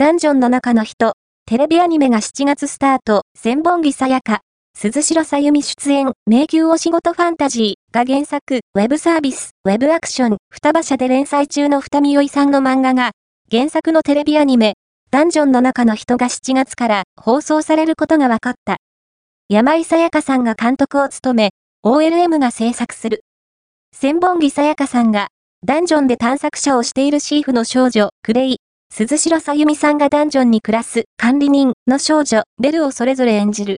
ダンジョンの中の人、テレビアニメが7月スタート、千本木さやか、鈴代さゆみ出演、迷宮お仕事ファンタジーが原作、ウェブサービス、ウェブアクション、双葉社で連載中の二見よいさんの漫画が、原作のテレビアニメ、ダンジョンの中の人が7月から放送されることが分かった。山井さやかさんが監督を務め、OLM が制作する。千本木さやかさんが、ダンジョンで探索者をしているシーフの少女、クレイ、鈴代さゆみさんがダンジョンに暮らす管理人の少女、ベルをそれぞれ演じる。